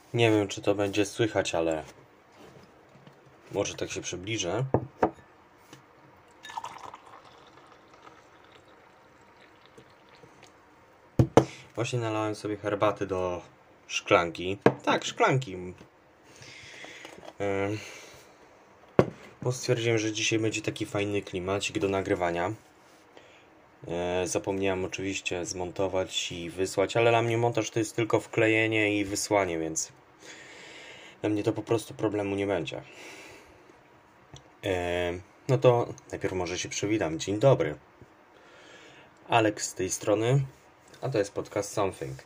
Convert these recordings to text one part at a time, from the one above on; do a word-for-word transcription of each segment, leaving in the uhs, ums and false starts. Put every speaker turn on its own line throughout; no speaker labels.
Nie wiem, czy to będzie słychać, ale może tak się przybliżę. Właśnie nalałem sobie herbaty do szklanki. Tak, szklanki. Yy, bo stwierdziłem, że dzisiaj będzie taki fajny klimacik do nagrywania. Yy, zapomniałem oczywiście zmontować i wysłać, ale dla mnie montaż to jest tylko wklejenie i wysłanie, więc dla mnie to po prostu problemu nie będzie. Yy, no to najpierw może się przywitam. Dzień dobry. Alex z tej strony, a to jest podcast Something.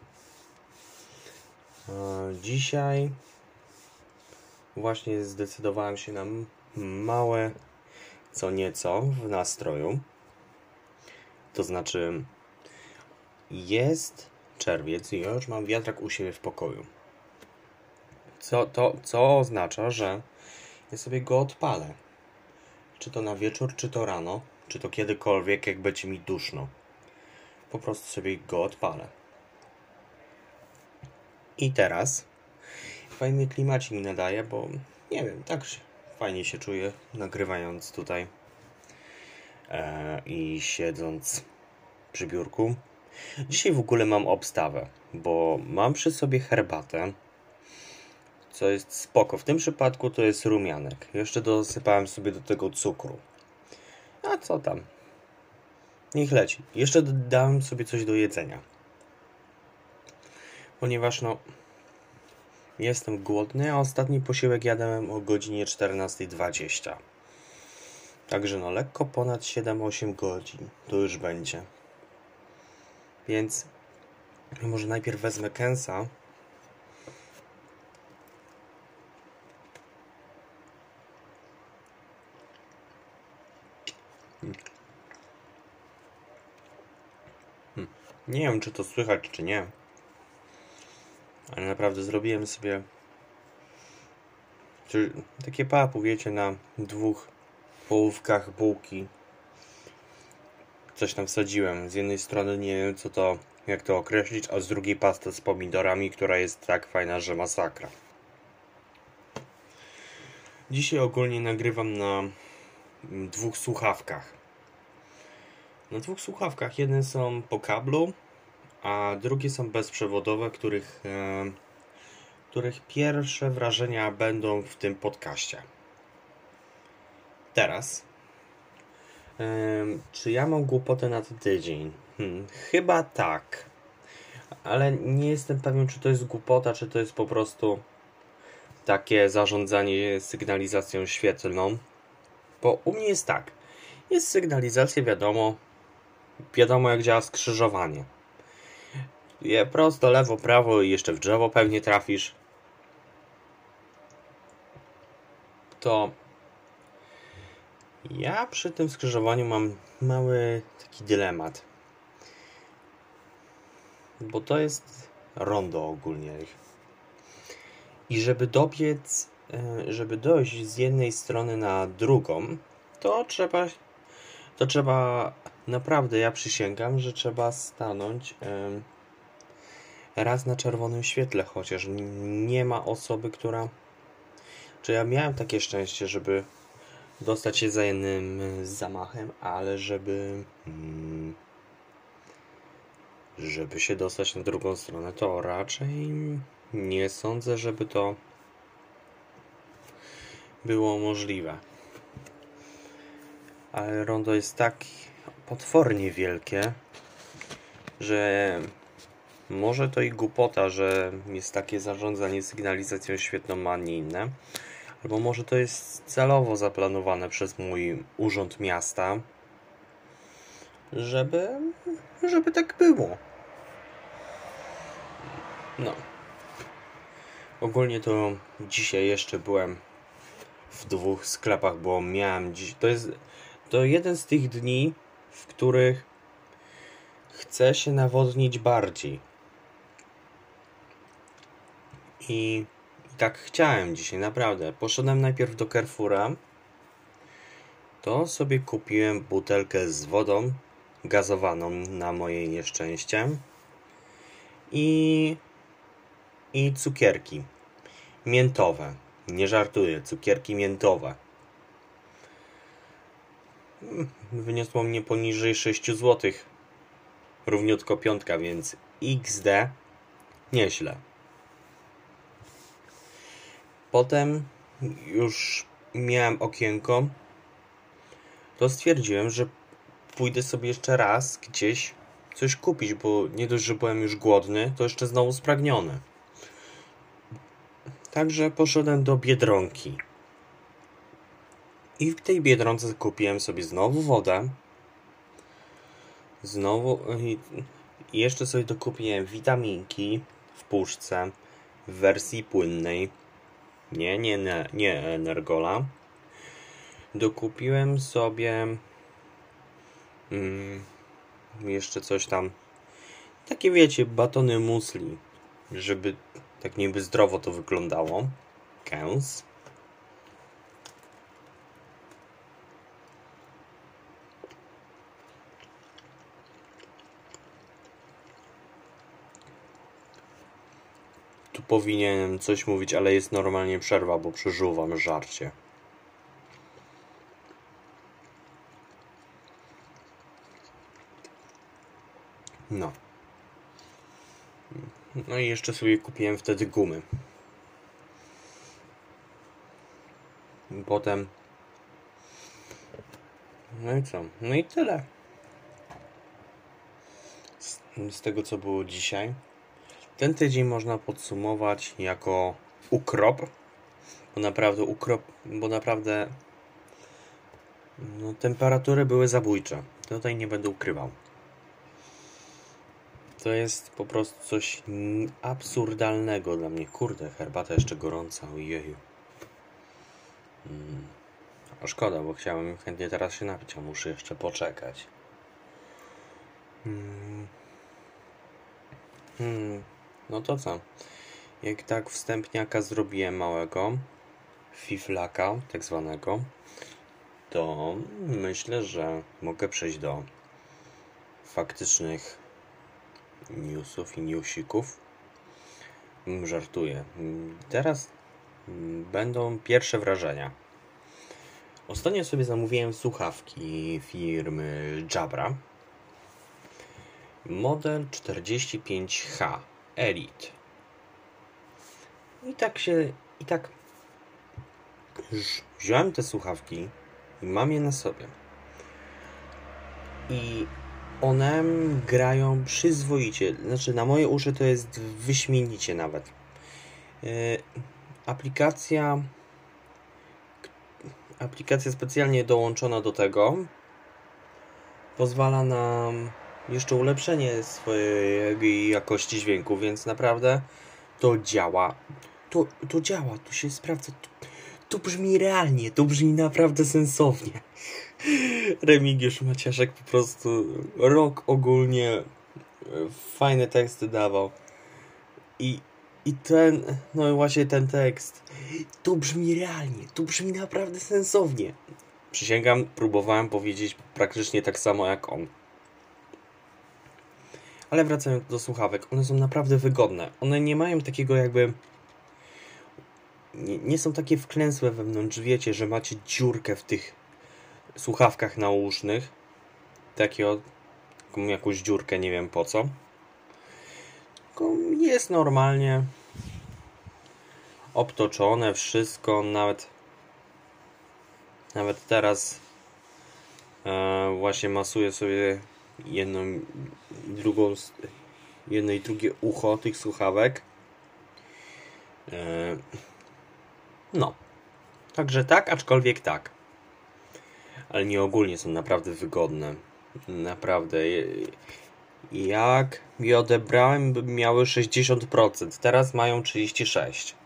Dzisiaj właśnie zdecydowałem się na małe co nieco w nastroju. To znaczy jest czerwiec i ja już mam wiatrak u siebie w pokoju. Co, to, co oznacza, że ja sobie go odpalę. Czy to na wieczór, czy to rano, czy to kiedykolwiek, jak będzie mi duszno. Po prostu sobie go odpalę. I teraz fajny klimacik mi nadaje, bo nie wiem, tak fajnie się czuję nagrywając tutaj e, i siedząc przy biurku. Dzisiaj w ogóle mam obstawę, bo mam przy sobie herbatę, co jest spoko. W tym przypadku to jest rumianek. Jeszcze dosypałem sobie do tego cukru. A co tam? Niech leci. Jeszcze dodałem sobie coś do jedzenia. Ponieważ no jestem głodny, a ostatni posiłek jadłem o godzinie czternasta dwadzieścia. Także no lekko ponad siedem osiem godzin to już będzie. Więc może najpierw wezmę kęsa. Hmm. Hmm. Nie wiem, czy to słychać, czy nie. Ale naprawdę zrobiłem sobie takie papu, wiecie, na dwóch połówkach bułki. Coś tam wsadziłem. Z jednej strony nie wiem, co to, jak to określić, a z drugiej pasta z pomidorami, która jest tak fajna, że masakra. Dzisiaj ogólnie nagrywam na dwóch słuchawkach. Na dwóch słuchawkach. Jedne są po kablu, a drugie są bezprzewodowe, których, e, których pierwsze wrażenia będą w tym podcaście. Teraz e, czy ja mam głupotę na ten tydzień? Hmm, chyba tak. Ale nie jestem pewien, czy to jest głupota, czy to jest po prostu takie zarządzanie sygnalizacją świetlną. Bo u mnie jest tak. Jest sygnalizacja, wiadomo. Wiadomo, jak działa skrzyżowanie. Je prosto, lewo, prawo i jeszcze w drzewo pewnie trafisz. To ja przy tym skrzyżowaniu mam mały taki dylemat. Bo to jest rondo ogólnie. I żeby dobiec, żeby dojść z jednej strony na drugą, to trzeba, to trzeba naprawdę, ja przysięgam, że trzeba stanąć raz na czerwonym świetle, chociaż nie ma osoby, która... Czy ja miałem takie szczęście, żeby dostać się za jednym zamachem, ale żeby... żeby się dostać na drugą stronę, to raczej nie sądzę, żeby to było możliwe. Ale rondo jest tak potwornie wielkie, że może to i głupota, że jest takie zarządzanie sygnalizacją świetlną, a nie inne. Albo może to jest celowo zaplanowane przez mój urząd miasta, żeby, żeby tak było. No. Ogólnie to dzisiaj jeszcze byłem w dwóch sklepach, bo miałem dziś... To jest to jeden z tych dni, w których chcę się nawodnić bardziej. I, I tak chciałem dzisiaj, naprawdę. Poszedłem najpierw do Carrefoura. To sobie kupiłem butelkę z wodą gazowaną na moje nieszczęście. I, i cukierki. Miętowe. Nie żartuję, cukierki miętowe. Wyniosło mnie poniżej sześć złotych. Równiutko piątka, więc iks de. Nieźle. Potem już miałem okienko. To stwierdziłem, że pójdę sobie jeszcze raz gdzieś coś kupić, bo nie dość, że byłem już głodny, to jeszcze znowu spragniony. Także poszedłem do Biedronki. I w tej Biedronce kupiłem sobie znowu wodę. Znowu i jeszcze sobie dokupiłem witaminki w puszce w wersji płynnej. Nie, nie, nie, nie Energola. Dokupiłem sobie mm, jeszcze coś tam. Takie wiecie, batony musli, żeby tak niby zdrowo to wyglądało. Kęs. Tu powinienem coś mówić, ale jest normalnie przerwa, bo przeżuwam żarcie. No. No i jeszcze sobie kupiłem wtedy gumy. Potem... No i co? No i tyle. Z, z tego, co było dzisiaj. Ten tydzień można podsumować jako ukrop. Bo naprawdę ukrop... Bo naprawdę... No, temperatury były zabójcze. Tutaj nie będę ukrywał. To jest po prostu coś absurdalnego dla mnie. Kurde, herbata jeszcze gorąca, ojeju. Mm. A szkoda, bo chciałem chętnie teraz się napić, a muszę jeszcze poczekać. Mm. Hmm. No to co? Jak tak wstępniaka zrobiłem małego, fiflaka tak zwanego, to myślę, że mogę przejść do faktycznych newsów i newsików. Żartuję. Teraz będą pierwsze wrażenia. Ostatnio sobie zamówiłem słuchawki firmy Jabra. Model czterdzieści pięć H Elite. I tak się... I tak... Już wziąłem te słuchawki i mam je na sobie. I one grają przyzwoicie. Znaczy na moje uszy to jest wyśmienicie nawet. Yy, aplikacja aplikacja specjalnie dołączona do tego pozwala nam jeszcze ulepszenie swojej jakości dźwięku, więc naprawdę to działa. To, to działa, to się sprawdza. To, to brzmi realnie, to brzmi naprawdę sensownie. Remigiusz Maciaszek po prostu rok ogólnie fajne teksty dawał. I, i ten, no właśnie ten tekst, to brzmi realnie, to brzmi naprawdę sensownie. Przysięgam, próbowałem powiedzieć praktycznie tak samo jak on. Ale wracając do słuchawek, one są naprawdę wygodne. One nie mają takiego jakby... Nie, nie są takie wklęsłe wewnątrz, wiecie, że macie dziurkę w tych słuchawkach nausznych. Takiego, taką jakąś dziurkę, nie wiem po co. Tylko jest normalnie obtoczone wszystko, nawet nawet teraz e, właśnie masuję sobie jedną i drugą jedno i drugie ucho tych słuchawek. E, no. Także tak, aczkolwiek tak. Ale nie ogólnie są naprawdę wygodne. Naprawdę. Jak je odebrałem, miały sześćdziesiąt procent. Teraz mają trzydzieści sześć procent.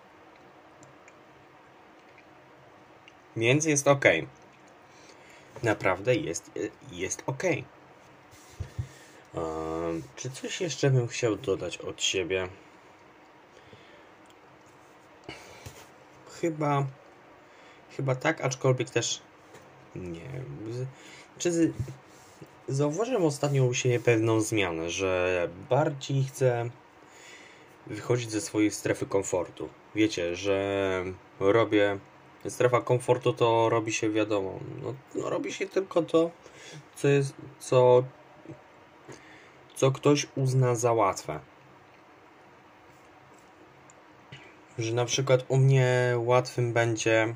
Więc jest ok. Naprawdę jest, jest ok. Um, czy coś jeszcze bym chciał dodać od siebie? Chyba... Chyba tak, aczkolwiek też... Nie... Czy... Zauważyłem ostatnio u siebie pewną zmianę, że bardziej chcę wychodzić ze swojej strefy komfortu. Wiecie, że robię... Strefa komfortu to robi się, wiadomo, no, no robi się tylko to, co jest, co, co ktoś uzna za łatwe. Że na przykład u mnie łatwym będzie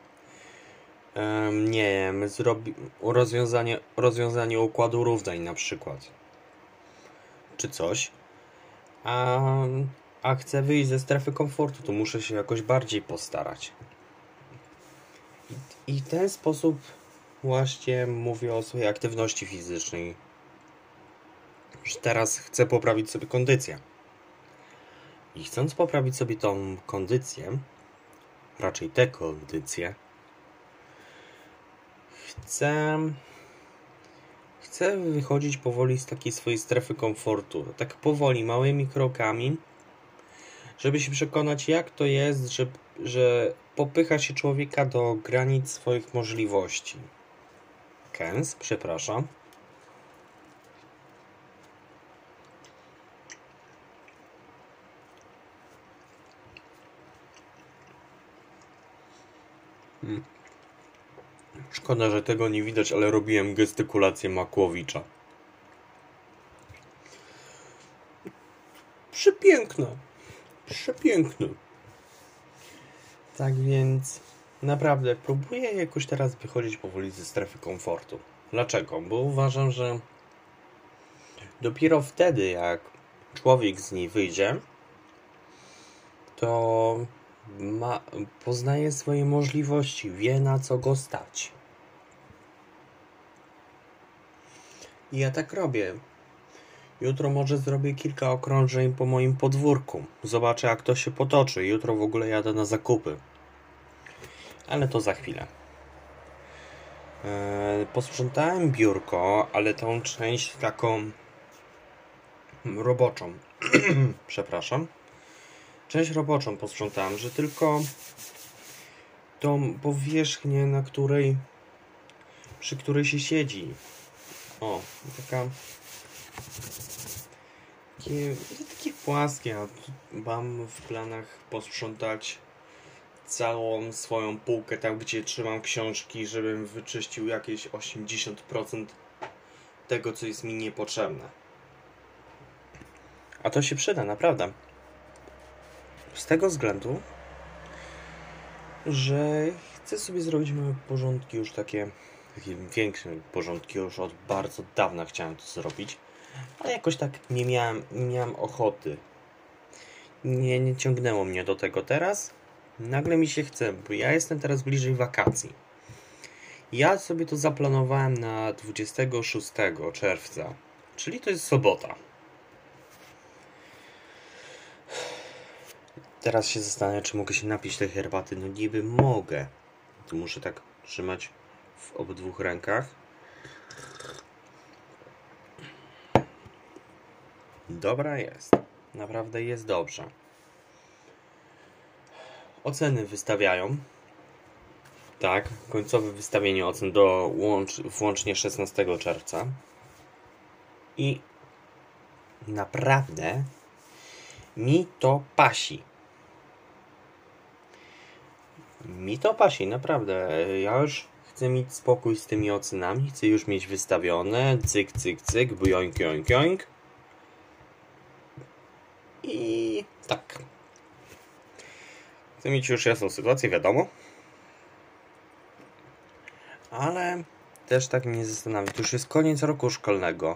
um, nie wiem, zrobi, rozwiązanie, rozwiązanie układu równań na przykład. Czy coś. A, a chcę wyjść ze strefy komfortu, to muszę się jakoś bardziej postarać. I, i w ten sposób właśnie mówię o swojej aktywności fizycznej. Że teraz chcę poprawić sobie kondycję. I chcąc poprawić sobie tą kondycję, raczej tę kondycję, chcę, chcę wychodzić powoli z takiej swojej strefy komfortu. Tak powoli, małymi krokami, żeby się przekonać, jak to jest, że, że popycha się człowieka do granic swoich możliwości. Kens, przepraszam. Hmm. Szkoda, że tego nie widać, ale robiłem gestykulację Makłowicza. Przepiękne. Przepiękne. Tak więc naprawdę próbuję jakoś teraz wychodzić powoli ze strefy komfortu. Dlaczego? Bo uważam, że dopiero wtedy, jak człowiek z niej wyjdzie, to ma, poznaje swoje możliwości, wie, na co go stać. I ja tak robię. Jutro może zrobię kilka okrążeń po moim podwórku. Zobaczę, jak to się potoczy. Jutro w ogóle jadę na zakupy. Ale to za chwilę. Eee, posprzątałem biurko, ale tą część taką roboczą. Przepraszam. Część roboczą posprzątałem, że tylko tą powierzchnię, na której przy której się siedzi. O, taka takie, takie płaskie. A mam w planach posprzątać całą swoją półkę, tam gdzie trzymam książki, żebym wyczyścił jakieś osiemdziesiąt procent tego, co jest mi niepotrzebne. A to się przyda, naprawdę. Z tego względu, że chcę sobie zrobić małe porządki, już takie, takie większe porządki, już od bardzo dawna chciałem to zrobić, ale jakoś tak nie miałem, nie miałem ochoty. Nie, nie ciągnęło mnie do tego teraz. Nagle mi się chce, bo ja jestem teraz bliżej wakacji. Ja sobie to zaplanowałem na dwudziestego szóstego czerwca, czyli to jest sobota. Teraz się zastanawiam, czy mogę się napić tej herbaty. No niby mogę. Tu muszę tak trzymać w obydwu rękach. Dobra jest. Naprawdę jest dobrze. Oceny wystawiają. Tak, końcowe wystawienie ocen do łącz, włącznie szesnastego czerwca. I naprawdę mi to pasi. Mi to pasi, naprawdę. Ja już chcę mieć spokój z tymi ocenami. Chcę już mieć wystawione. Cyk, cyk, cyk. Bujoink, joink, joink. I tak. Chcę mieć już jasną sytuację, wiadomo. Ale też tak mnie zastanawia. To już jest koniec roku szkolnego.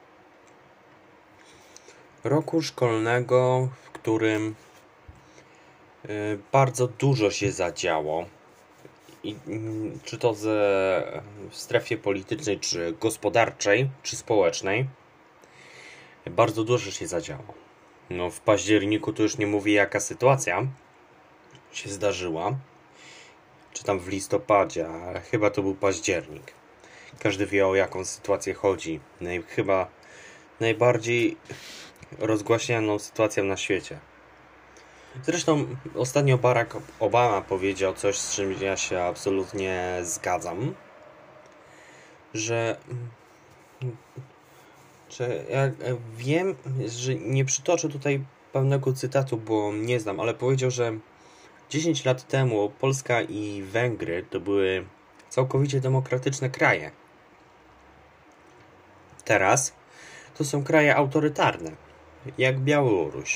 Roku szkolnego, w którym yy, bardzo dużo się zadziało. I, yy, czy to ze, w strefie politycznej, czy gospodarczej, czy społecznej. Bardzo dużo się zadziało. No, w październiku to już nie mówię, jaka sytuacja się zdarzyła. Czy tam w listopadzie, ale chyba to był październik. Każdy wie, o jaką sytuację chodzi. Naj, chyba najbardziej rozgłaśnianą sytuacją na świecie. Zresztą ostatnio Barack Obama powiedział coś, z czym ja się absolutnie zgadzam. Że... że ja wiem, że nie przytoczę tutaj pełnego cytatu, bo nie znam, ale powiedział, że dziesięć lat temu Polska i Węgry to były całkowicie demokratyczne kraje. Teraz to są kraje autorytarne, jak Białoruś.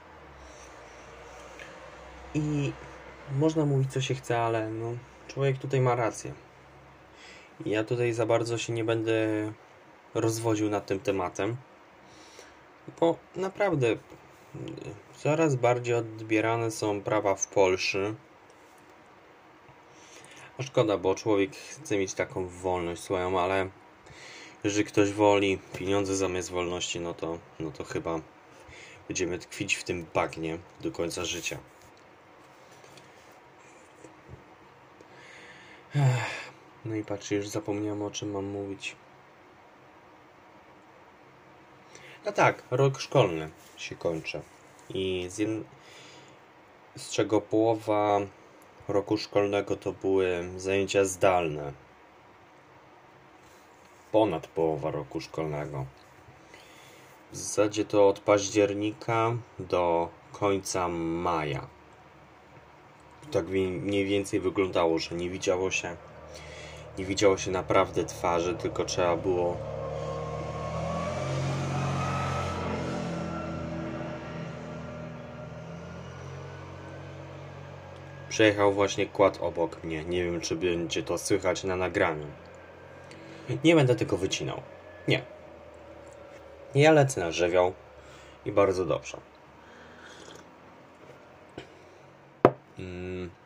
I można mówić co się chce, ale no, człowiek tutaj ma rację. Ja tutaj za bardzo się nie będę rozwodził nad tym tematem, bo naprawdę coraz bardziej odbierane są prawa w Polsce. A szkoda, bo człowiek chce mieć taką wolność swoją, ale jeżeli ktoś woli pieniądze zamiast wolności, no to, no to chyba będziemy tkwić w tym bagnie do końca życia. No i patrzcie, już zapomniałem, o czym mam mówić. No tak, rok szkolny się kończy. I z, jed... z czego połowa roku szkolnego to były zajęcia zdalne. Ponad połowa roku szkolnego. W zasadzie to od października do końca maja. Tak mniej więcej wyglądało, że nie widziało się nie widziało się naprawdę twarzy, tylko trzeba było Przejechał właśnie quad obok mnie. Nie wiem, czy będzie to słychać na nagraniu. Nie będę tego wycinał. Nie. Ja lecę na żywioł i bardzo dobrze. Hmm.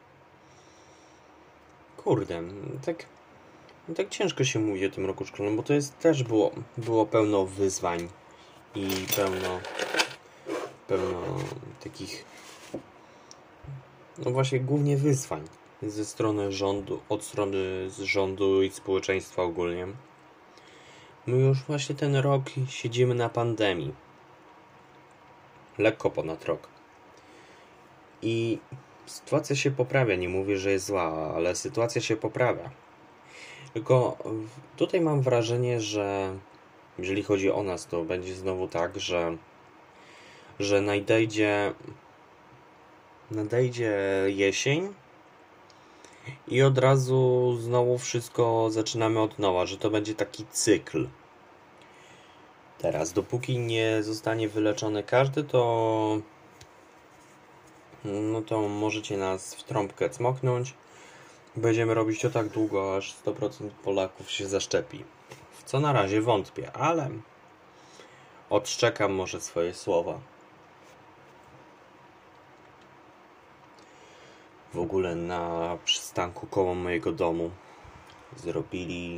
Kurde, tak, tak ciężko się mówi o tym roku szkolnym, bo to jest też było, było pełno wyzwań i pełno, pełno takich, no właśnie głównie wyzwań ze strony rządu, od strony rządu i społeczeństwa ogólnie. My już właśnie ten rok siedzimy na pandemii. Lekko ponad rok. I sytuacja się poprawia. Nie mówię, że jest zła, ale sytuacja się poprawia. Tylko tutaj mam wrażenie, że jeżeli chodzi o nas, to będzie znowu tak, że że nadejdzie nadejdzie jesień i od razu znowu wszystko zaczynamy od nowa, że to będzie taki cykl. Teraz, dopóki nie zostanie wyleczony każdy, to no to możecie nas w trąbkę cmoknąć. Będziemy robić to tak długo, aż sto procent Polaków się zaszczepi. W co na razie wątpię, ale odszczekam może swoje słowa. W ogóle na przystanku koło mojego domu zrobili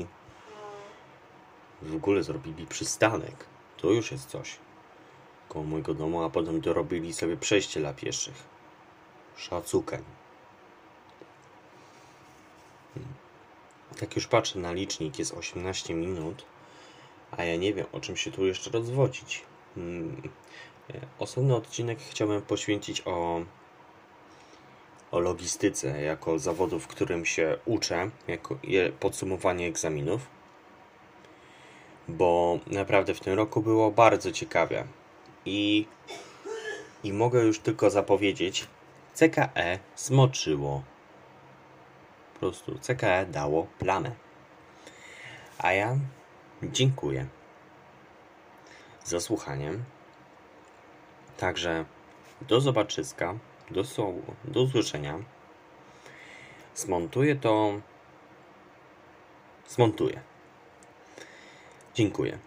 w ogóle zrobili przystanek. To już jest coś. Koło mojego domu, a potem dorobili sobie przejście dla pieszych. Szacuken. Tak już patrzę na licznik, jest osiemnaście minut, a ja nie wiem, o czym się tu jeszcze rozwodzić. Hmm. Osobny odcinek chciałbym poświęcić o o logistyce jako zawodu, w którym się uczę, jako podsumowanie egzaminów, bo naprawdę w tym roku było bardzo ciekawie i, i mogę już tylko zapowiedzieć, C K E zmoczyło. Po prostu C K E dało plamę. A ja dziękuję za słuchanie. Także do zobaczyska. Do, do usłyszenia. Zmontuję to. Zmontuję. Dziękuję.